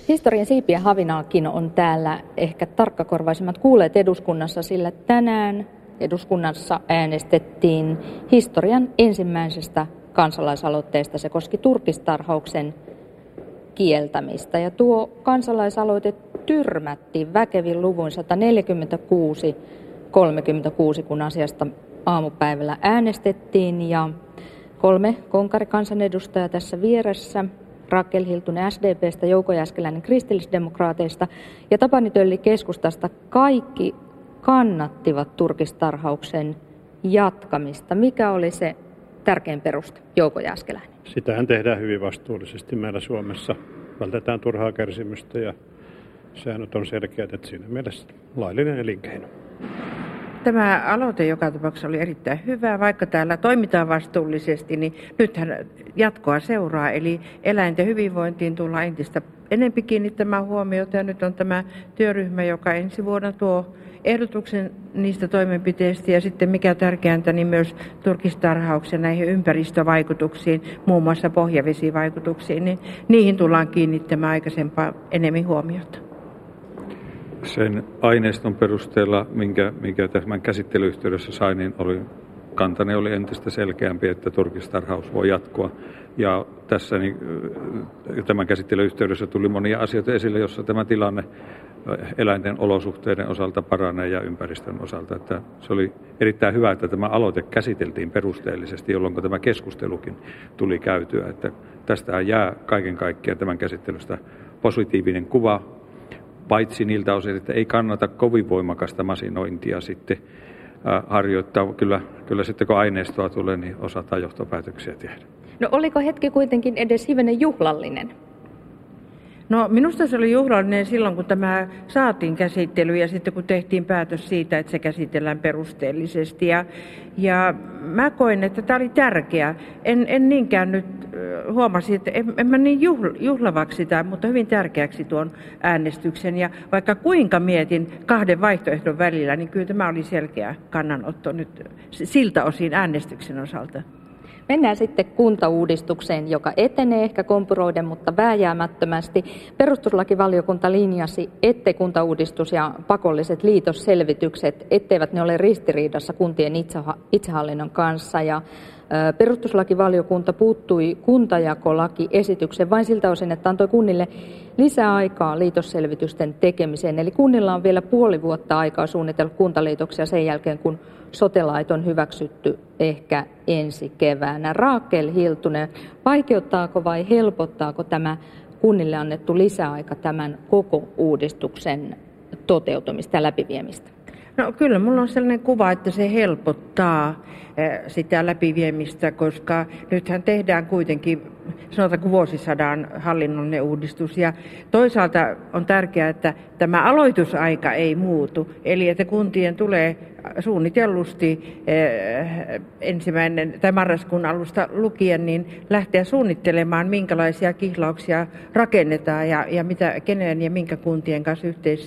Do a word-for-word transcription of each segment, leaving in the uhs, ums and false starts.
Historian siipiä havinaakin on täällä ehkä tarkkakorvaisimmat kuulleet eduskunnassa, sillä tänään eduskunnassa äänestettiin historian ensimmäisestä kansalaisaloitteesta. Se koski turkistarhauksen kieltämistä ja tuo kansalaisaloite tyrmättiin väkevin luvuin sata neljäkymmentäkuusi kolmekymmentäkuusi, kun asiasta aamupäivällä äänestettiin, ja kolme konkarikansanedustajaa tässä vieressä, Rakel Hiltunen S D P:stä, Jouko Jääskeläinen kristillisdemokraateista ja Tapani Tölli keskustasta, kaikki kannattivat turkistarhauksen jatkamista. Mikä oli se tärkein peruste, Jouko Jääskeläinen? Sitähän tehdään hyvin vastuullisesti meillä Suomessa. Vältetään turhaa kärsimystä ja säännöt on selkeät, että siinä mielessä laillinen elinkeino. Tämä aloite joka tapauksessa oli erittäin hyvä, vaikka täällä toimitaan vastuullisesti, niin nythän jatkoa seuraa, eli eläinten hyvinvointiin tullaan entistä enempi kiinnittämään huomiota, ja nyt on tämä työryhmä, joka ensi vuonna tuo ehdotuksen niistä toimenpiteistä, ja sitten mikä tärkeäntä, niin myös turkistarhauksen näihin ympäristövaikutuksiin, muun muassa pohjavesivaikutuksiin, niin niihin tullaan kiinnittämään aikaisempaa enemmän huomiota. Sen aineiston perusteella, minkä, minkä tämän käsittelyyhteydessä sain, niin oli, kantani oli entistä selkeämpi, että turkistarhaus voi jatkua. Ja tässä niin, tämän käsittelyyhteydessä tuli monia asioita esille, jossa tämä tilanne eläinten olosuhteiden osalta paranee ja ympäristön osalta. Että se oli erittäin hyvä, että tämä aloite käsiteltiin perusteellisesti, jolloin tämä keskustelukin tuli käytyä. Että tästähän jää kaiken kaikkiaan tämän käsittelystä positiivinen kuva, paitsi niiltä osin, että ei kannata kovin voimakasta masinointia sitten harjoittaa. Kyllä, kyllä sitten kun aineistoa tulee, niin osataan johtopäätöksiä tehdä. No oliko hetki kuitenkin edes hivenen juhlallinen? No minusta se oli juhlallinen silloin, kun tämä saatiin käsittelyyn ja sitten kun tehtiin päätös siitä, että se käsitellään perusteellisesti. Ja, ja mä koin, että tämä oli tärkeä. En, en niinkään nyt huomasin, että en, en mä niin juhl, juhlavaksi sitä, mutta hyvin tärkeäksi tuon äänestyksen. Ja vaikka kuinka mietin kahden vaihtoehdon välillä, niin kyllä tämä oli selkeä kannanotto nyt siltä osin äänestyksen osalta. Mennään sitten kuntauudistukseen, joka etenee ehkä kompuroiden, mutta vääjäämättömästi. Perustuslakivaliokunta linjasi, ettei kuntauudistus ja pakolliset liitosselvitykset, etteivät ne ole ristiriidassa kuntien itsehallinnon kanssa. Ja perustuslakivaliokunta puuttui kuntajakolakiesityksen vain siltä osin, että antoi kunnille lisää aikaa liitosselvitysten tekemiseen. Eli kunnilla on vielä puoli vuotta aikaa suunnitella kuntaliitoksia sen jälkeen, kun sote-lait on hyväksytty ehkä ensi keväänä. Rakel Hiltunen, vaikeuttaako vai helpottaako tämä kunnille annettu lisäaika tämän koko uudistuksen toteutumista ja läpiviemistä? No kyllä, minulla on sellainen kuva, että se helpottaa sitä läpiviemistä, koska nythän tehdään kuitenkin, sanotaanko vuosisadan hallinnollinen uudistus. Ja toisaalta on tärkeää, että tämä aloitusaika ei muutu, eli että kuntien tulee suunnitellusti ensimmäinen tai marraskuun alusta lukien niin lähteä suunnittelemaan, minkälaisia kihlauksia rakennetaan ja, ja mitä, kenen ja minkä kuntien kanssa yhteis,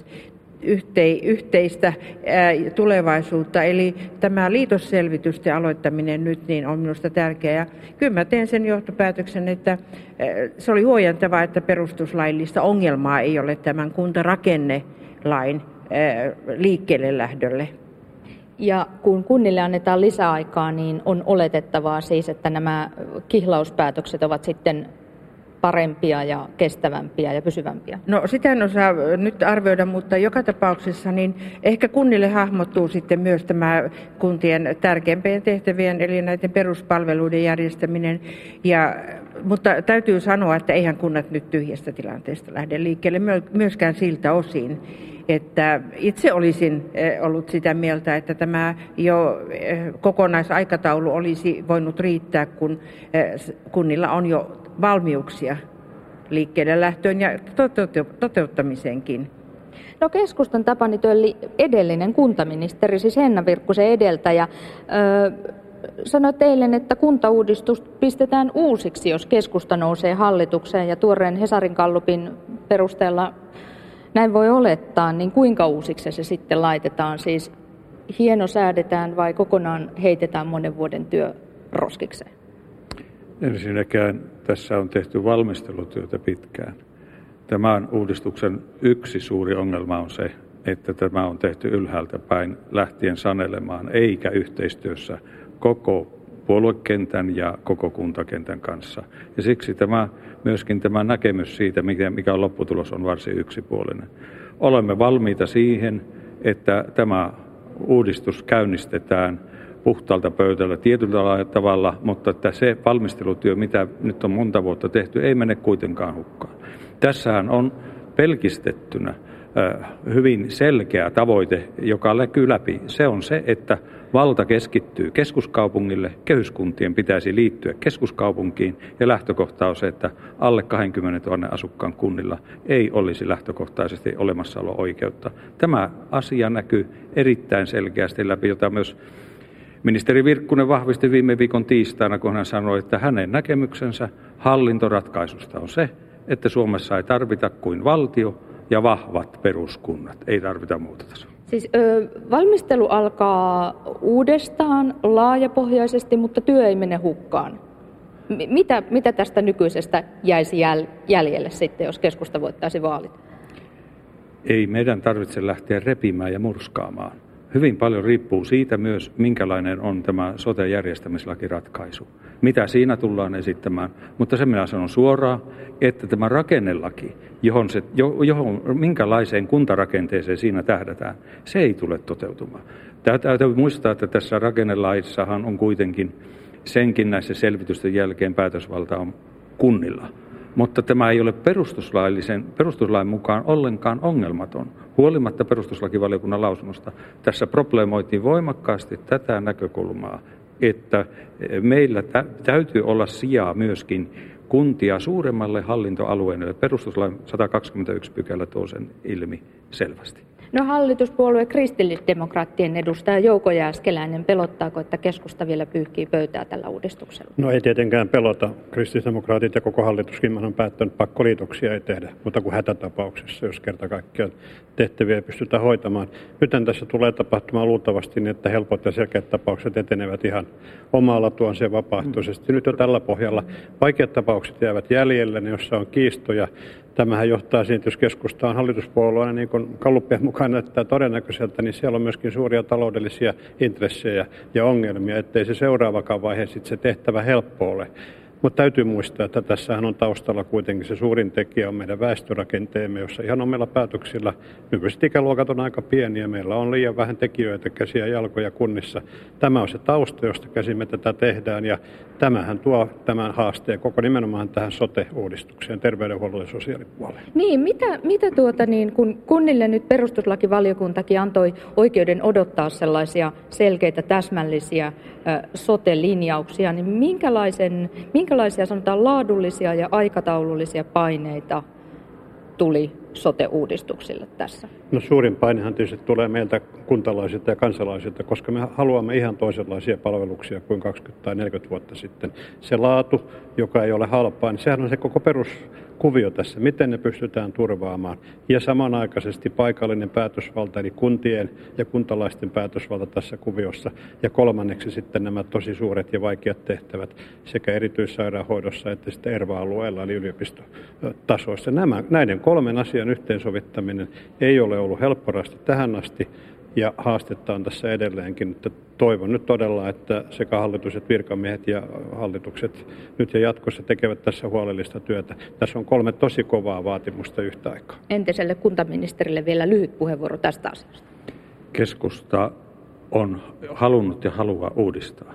yhteistä tulevaisuutta. Eli tämä liitosselvitysten aloittaminen nyt niin on minusta tärkeää. Kyllä mä teen sen johtopäätöksen, että se oli huojentavaa, että perustuslaillista ongelmaa ei ole tämän kuntarakennelain liikkeelle lähdölle. Ja kun kunnille annetaan lisäaikaa, niin on oletettavaa siis, että nämä kihlauspäätökset ovat sitten parempia ja kestävämpiä ja pysyvämpiä? No sitä en osaa nyt arvioida, mutta joka tapauksessa niin ehkä kunnille hahmottuu sitten myös tämä kuntien tärkeimpien tehtävien, eli näiden peruspalveluiden järjestäminen. Ja, mutta täytyy sanoa, että eihän kunnat nyt tyhjästä tilanteesta lähde liikkeelle myöskään siltä osin, että itse olisin ollut sitä mieltä, että tämä jo kokonaisaikataulu olisi voinut riittää, kun kunnilla on jo valmiuksia liikkeelle lähtöön ja toteuttamiseenkin. No keskustan Tapani Tölli, edellinen kuntaministeri, siis Henna Virkkusen edeltäjä, öö, sanoi eilen, että kuntauudistus pistetään uusiksi, jos keskusta nousee hallitukseen, ja tuoreen Hesarin gallupin perusteella näin voi olettaa, niin kuinka uusiksi se sitten laitetaan? Siis hieno säädetään vai kokonaan heitetään monen vuoden työ roskikseen? Ensinnäkään tässä on tehty valmistelutyötä pitkään. Tämän uudistuksen yksi suuri ongelma on se, että tämä on tehty ylhäältä päin lähtien sanelemaan, eikä yhteistyössä koko puoluekentän ja koko kuntakentän kanssa. Ja siksi tämä, myöskin tämä näkemys siitä, mikä on lopputulos, on varsin yksipuolinen. Olemme valmiita siihen, että tämä uudistus käynnistetään puhtaalta pöydällä tietyllä tavalla, mutta että se valmistelutyö, mitä nyt on monta vuotta tehty, ei mene kuitenkaan hukkaan. Tässähän on pelkistettynä hyvin selkeä tavoite, joka näkyy läpi. Se on se, että valta keskittyy keskuskaupungille, kehyskuntien pitäisi liittyä keskuskaupunkiin ja lähtökohta on se, että alle kaksikymmentätuhatta asukkaan kunnilla ei olisi lähtökohtaisesti olemassaolo-oikeutta. Tämä asia näkyy erittäin selkeästi läpi, jota myös ministeri Virkkunen vahvisti viime viikon tiistaina, kun hän sanoi, että hänen näkemyksensä hallintoratkaisusta on se, että Suomessa ei tarvita kuin valtio ja vahvat peruskunnat. Ei tarvita muuta tasoa. Siis ö, valmistelu alkaa uudestaan laajapohjaisesti, mutta työ ei mene hukkaan. M- mitä, mitä tästä nykyisestä jäisi jäl- jäljelle sitten, jos keskusta voittaisi vaalit? Ei meidän tarvitse lähteä repimään ja murskaamaan. Hyvin paljon riippuu siitä myös, minkälainen on tämä sote-järjestämislakiratkaisu. Mitä siinä tullaan esittämään, mutta se minä sanon suoraan, että tämä rakennelaki, johon, se, johon minkälaiseen kuntarakenteeseen siinä tähdätään, se ei tule toteutumaan. Täytyy muistaa, että tässä rakennelaissahan on kuitenkin senkin näissä selvitysten jälkeen päätösvalta on kunnilla. Mutta tämä ei ole perustuslaillisen, perustuslain mukaan ollenkaan ongelmaton. Huolimatta perustuslakivaliokunnan lausunnosta tässä probleemoitiin voimakkaasti tätä näkökulmaa, että meillä täytyy olla sijaa myöskin kuntia suuremmalle hallintoalueelle. Perustuslain sata kaksikymmentäyksi pykälä tuo sen ilmi selvästi. No hallituspuolue kristillisdemokraattien edustaja Jouko Jääskeläinen, pelottaako, että keskusta vielä pyyhkii pöytää tällä uudistuksella? No ei tietenkään pelota. Kristillisdemokraatit ja koko hallituskin on päättänyt, pakkoliitoksia ei tehdä, mutta kuin hätätapauksessa, jos kerta kaikkiaan tehtäviä ei pystytä hoitamaan. Nythän tässä tulee tapahtumaan luultavasti niin, että helpot ja selkeät tapaukset etenevät ihan omalla tuonsa vapaaehtoisesti. Nyt jo tällä pohjalla vaikeat tapaukset jäävät jäljelle, jossa on kiistoja. Tämähän johtaa siihen, että jos keskusta on hallituspuolueena, niin kuin Gallupien mukaan näyttää todennäköiseltä, niin siellä on myöskin suuria taloudellisia intressejä ja ongelmia, ettei se seuraavakaan vaihe sitten se tehtävä helppo ole. Mutta täytyy muistaa, että tässähän on taustalla kuitenkin se suurin tekijä on meidän väestörakenteemme, jossa ihan omilla päätöksillä nykyiset ikäluokat on aika pieniä. Meillä on liian vähän tekijöitä, käsiä ja jalkoja kunnissa. Tämä on se tausta, josta käsin me tätä tehdään ja tämähän tuo tämän haasteen koko nimenomaan tähän sote-uudistukseen, terveydenhuollolle ja sosiaalipuolelle. Niin, mitä, mitä tuota niin, kun kunnille nyt perustuslakivaliokuntakin antoi oikeuden odottaa sellaisia selkeitä, täsmällisiä ö, sote-linjauksia, niin minkälaisen, minkälaisia sanotaan laadullisia ja aikataulullisia paineita tuli sote-uudistuksille tässä? No suurin painehan tietysti tulee meiltä kuntalaisilta ja kansalaisilta, koska me haluamme ihan toisenlaisia palveluksia kuin kaksikymmentä tai neljäkymmentä vuotta sitten. Se laatu, joka ei ole halpaa, niin sehän on se koko peruskuvio tässä, miten ne pystytään turvaamaan. Ja samanaikaisesti paikallinen päätösvalta, eli kuntien ja kuntalaisten päätösvalta tässä kuviossa. Ja kolmanneksi sitten nämä tosi suuret ja vaikeat tehtävät sekä erityissairaanhoidossa että sitten E R V A-alueella, eli yliopistotasoissa. Nämä, näiden kolmen asian yhteensovittaminen ei ole ollut helpporasti tähän asti ja haastetta on tässä edelleenkin. Että toivon nyt todella, että sekä hallitus että virkamiehet ja hallitukset nyt ja jatkossa tekevät tässä huolellista työtä. Tässä on kolme tosi kovaa vaatimusta yhtä aikaa. Entiselle kuntaministerille vielä lyhyt puheenvuoro tästä asiasta. Keskusta on halunnut ja haluaa uudistaa.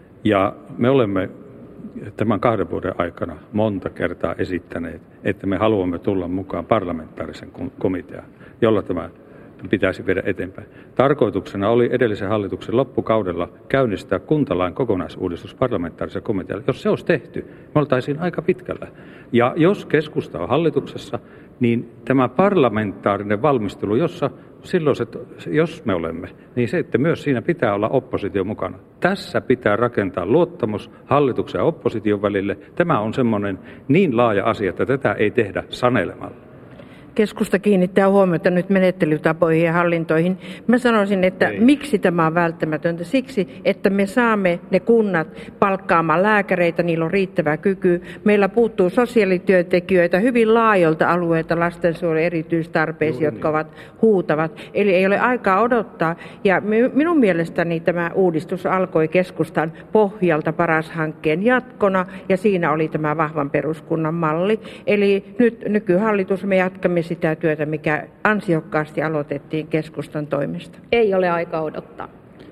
Ja me olemme tämän kahden vuoden aikana monta kertaa esittäneet, että me haluamme tulla mukaan parlamentaarisen komiteaan, jolla tämä pitäisi viedä eteenpäin. Tarkoituksena oli edellisen hallituksen loppukaudella käynnistää kuntalain kokonaisuudistus parlamentaarisella komitealla. Jos se olisi tehty, me oltaisiin aika pitkällä. Ja jos keskusta on hallituksessa, niin tämä parlamentaarinen valmistelu, jossa silloiset, jos me olemme, niin se, että myös siinä pitää olla oppositio mukana. Tässä pitää rakentaa luottamus hallituksen ja opposition välille. Tämä on semmoinen niin laaja asia, että tätä ei tehdä sanelemalla. Keskusta kiinnittää huomiota nyt menettelytapoihin ja hallintoihin. Mä sanoisin, että Ei. miksi tämä on välttämätöntä? Siksi, että me saamme ne kunnat palkkaamaan lääkäreitä, niillä on riittävä kyky. Meillä puuttuu sosiaalityöntekijöitä hyvin laajalta alueelta lastensuojelun erityistarpeisiin, jotka ovat huutavat. Eli ei ole aikaa odottaa. Ja minun mielestäni tämä uudistus alkoi keskustan pohjalta paras-hankkeen jatkona, ja siinä oli tämä vahvan peruskunnan malli. Eli nyt nykyhallitus me jatkamme sitä työtä, mikä ansiokkaasti aloitettiin keskustan toimesta. Ei ole aika odottaa.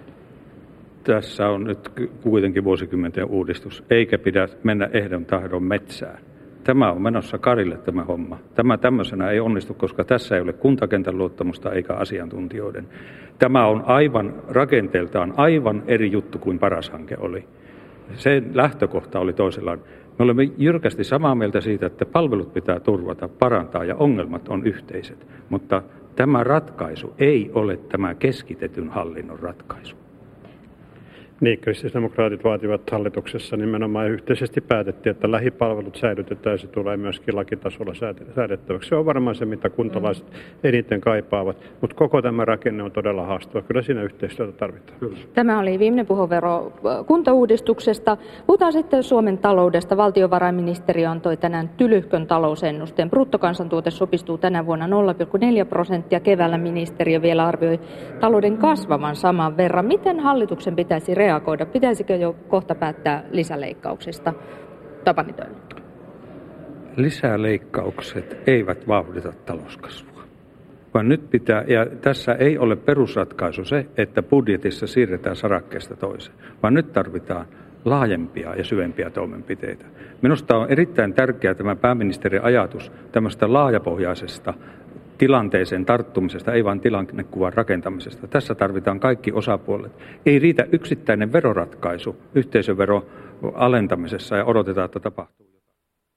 Tässä on nyt kuitenkin vuosikymmenten uudistus, eikä pidä mennä ehdon tahdon metsään. Tämä on menossa karille tämä homma. Tämä tämmöisenä ei onnistu, koska tässä ei ole kuntakentän luottamusta eikä asiantuntijoiden. Tämä on aivan rakenteeltaan aivan eri juttu kuin paras-hanke oli. Sen lähtökohta oli toisenlainen. Me olemme jyrkästi samaa mieltä siitä, että palvelut pitää turvata, parantaa ja ongelmat on yhteiset. Mutta tämä ratkaisu ei ole tämä keskitetyn hallinnon ratkaisu. Niin, kristillisdemokraatit vaativat hallituksessa nimenomaan yhteisesti päätettiin, että lähipalvelut säilytetään ja se tulee myöskin lakitasolla säädettäväksi. Se on varmaan se, mitä kuntalaiset eniten kaipaavat, mutta koko tämä rakenne on todella haastava. Kyllä siinä yhteistyötä tarvitaan. Tämä oli viimeinen puheenvuoro kuntauudistuksesta. Puhutaan sitten Suomen taloudesta. Valtiovarainministeriö antoi tänään tylyhkön talousennusteen. Bruttokansantuote supistuu tänä vuonna nolla pilkku neljä prosenttia. Keväällä ministeriö vielä arvioi talouden kasvavan saman verran. Miten hallituksen pitäisi reagoida? Pitäisikö jo kohta päättää lisäleikkauksista? Tapani Tölli. Lisäleikkaukset eivät vauhdita talouskasvua, vaan nyt pitää, ja tässä ei ole perusratkaisu se, että budjetissa siirretään sarakkeesta toiseen, vaan nyt tarvitaan laajempia ja syvempiä toimenpiteitä. Minusta on erittäin tärkeää tämä pääministerin ajatus tämmöistä laajapohjaisesta tilanteeseen tarttumisesta, ei vain tilannekuvan rakentamisesta. Tässä tarvitaan kaikki osapuolet. Ei riitä yksittäinen veroratkaisu yhteisöveron alentamisessa ja odotetaan, että tapahtuu jotain.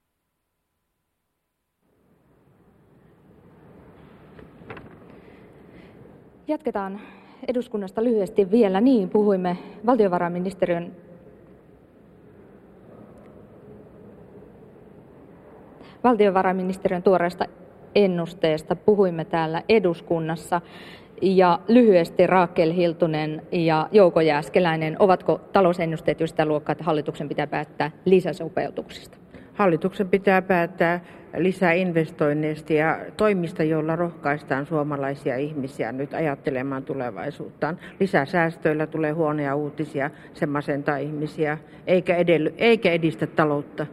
Jatketaan eduskunnasta lyhyesti vielä. Niin, puhuimme valtiovarainministeriön valtiovarainministeriön tuoreesta ennusteesta puhuimme täällä eduskunnassa ja lyhyesti Raakel Hiltunen ja Jouko Jääskeläinen, ovatko talousennusteet jo sitä luokkaa, että hallituksen pitää päättää lisäsopeutuksista? Hallituksen pitää päättää lisäinvestoinneista ja toimista, joilla rohkaistaan suomalaisia ihmisiä nyt ajattelemaan tulevaisuuttaan. Lisäsäästöillä tulee huonoja uutisia, se masentaa ihmisiä eikä, edelly, eikä edistä taloutta.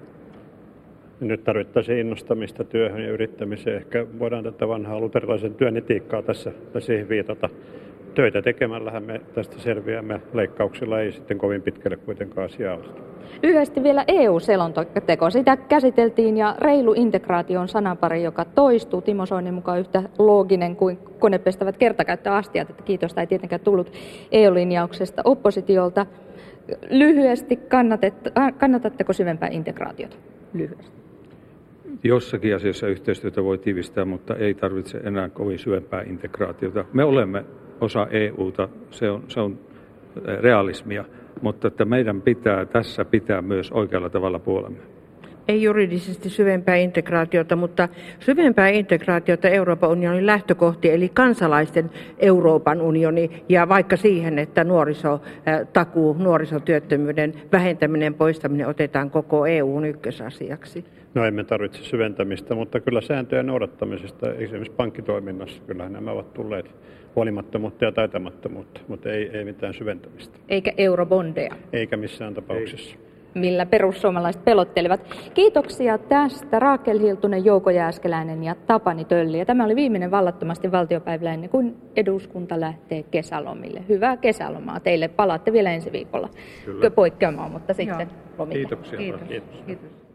Nyt tarvittaisiin innostamista työhön ja yrittämiseen. Ehkä voidaan tätä vanhaa luterilaisen työn etiikkaa tässä siihen viitata. Töitä tekemällähän me tästä selviämme. Leikkauksilla ei sitten kovin pitkälle kuitenkaan asiaa ole. Lyhyesti vielä E U-selonteko. Sitä käsiteltiin ja reilu integraatio on sanapari, joka toistuu Timo Soinin mukaan yhtä looginen kuin konepestävät kertakäyttöastiat. Että kiitosta ei tietenkään tullut E U-linjauksesta oppositiolta. Lyhyesti kannatatteko syvempää integraatiota? Lyhyesti. Jossakin asiassa yhteistyötä voi tiivistää, mutta ei tarvitse enää kovin syvempää integraatiota. Me olemme osa E U:ta, se on, se on realismia, mutta että meidän pitää tässä pitää myös oikealla tavalla puolemme. Ei juridisesti syvempää integraatiota, mutta syvempää integraatiota Euroopan unionin lähtökohti, eli kansalaisten Euroopan unioni, ja vaikka siihen, että nuorisotakuu, nuorisotyöttömyyden vähentäminen, poistaminen otetaan koko E U:n ykkösasiaksi. No emme tarvitse syventämistä, mutta kyllä sääntöjen noudattamisesta, esimerkiksi pankkitoiminnassa, kyllähän nämä ovat tulleet huolimattomuutta ja taitamattomuutta, mutta ei, ei mitään syventämistä. Eikä eurobondeja. Eikä missään tapauksessa. Ei. Millä perussuomalaiset pelottelevat. Kiitoksia tästä Raakel Hiltunen, Jouko Jääskeläinen ja Tapani Tölli. Ja tämä oli viimeinen vallattomasti valtiopäivillä ennen kuin eduskunta lähtee kesälomille. Hyvää kesälomaa teille. Palaatte vielä ensi viikolla. Kyllä. Poikkeamaan, mutta sitten lomille. Kiitoksia. Kiitos. Kiitos.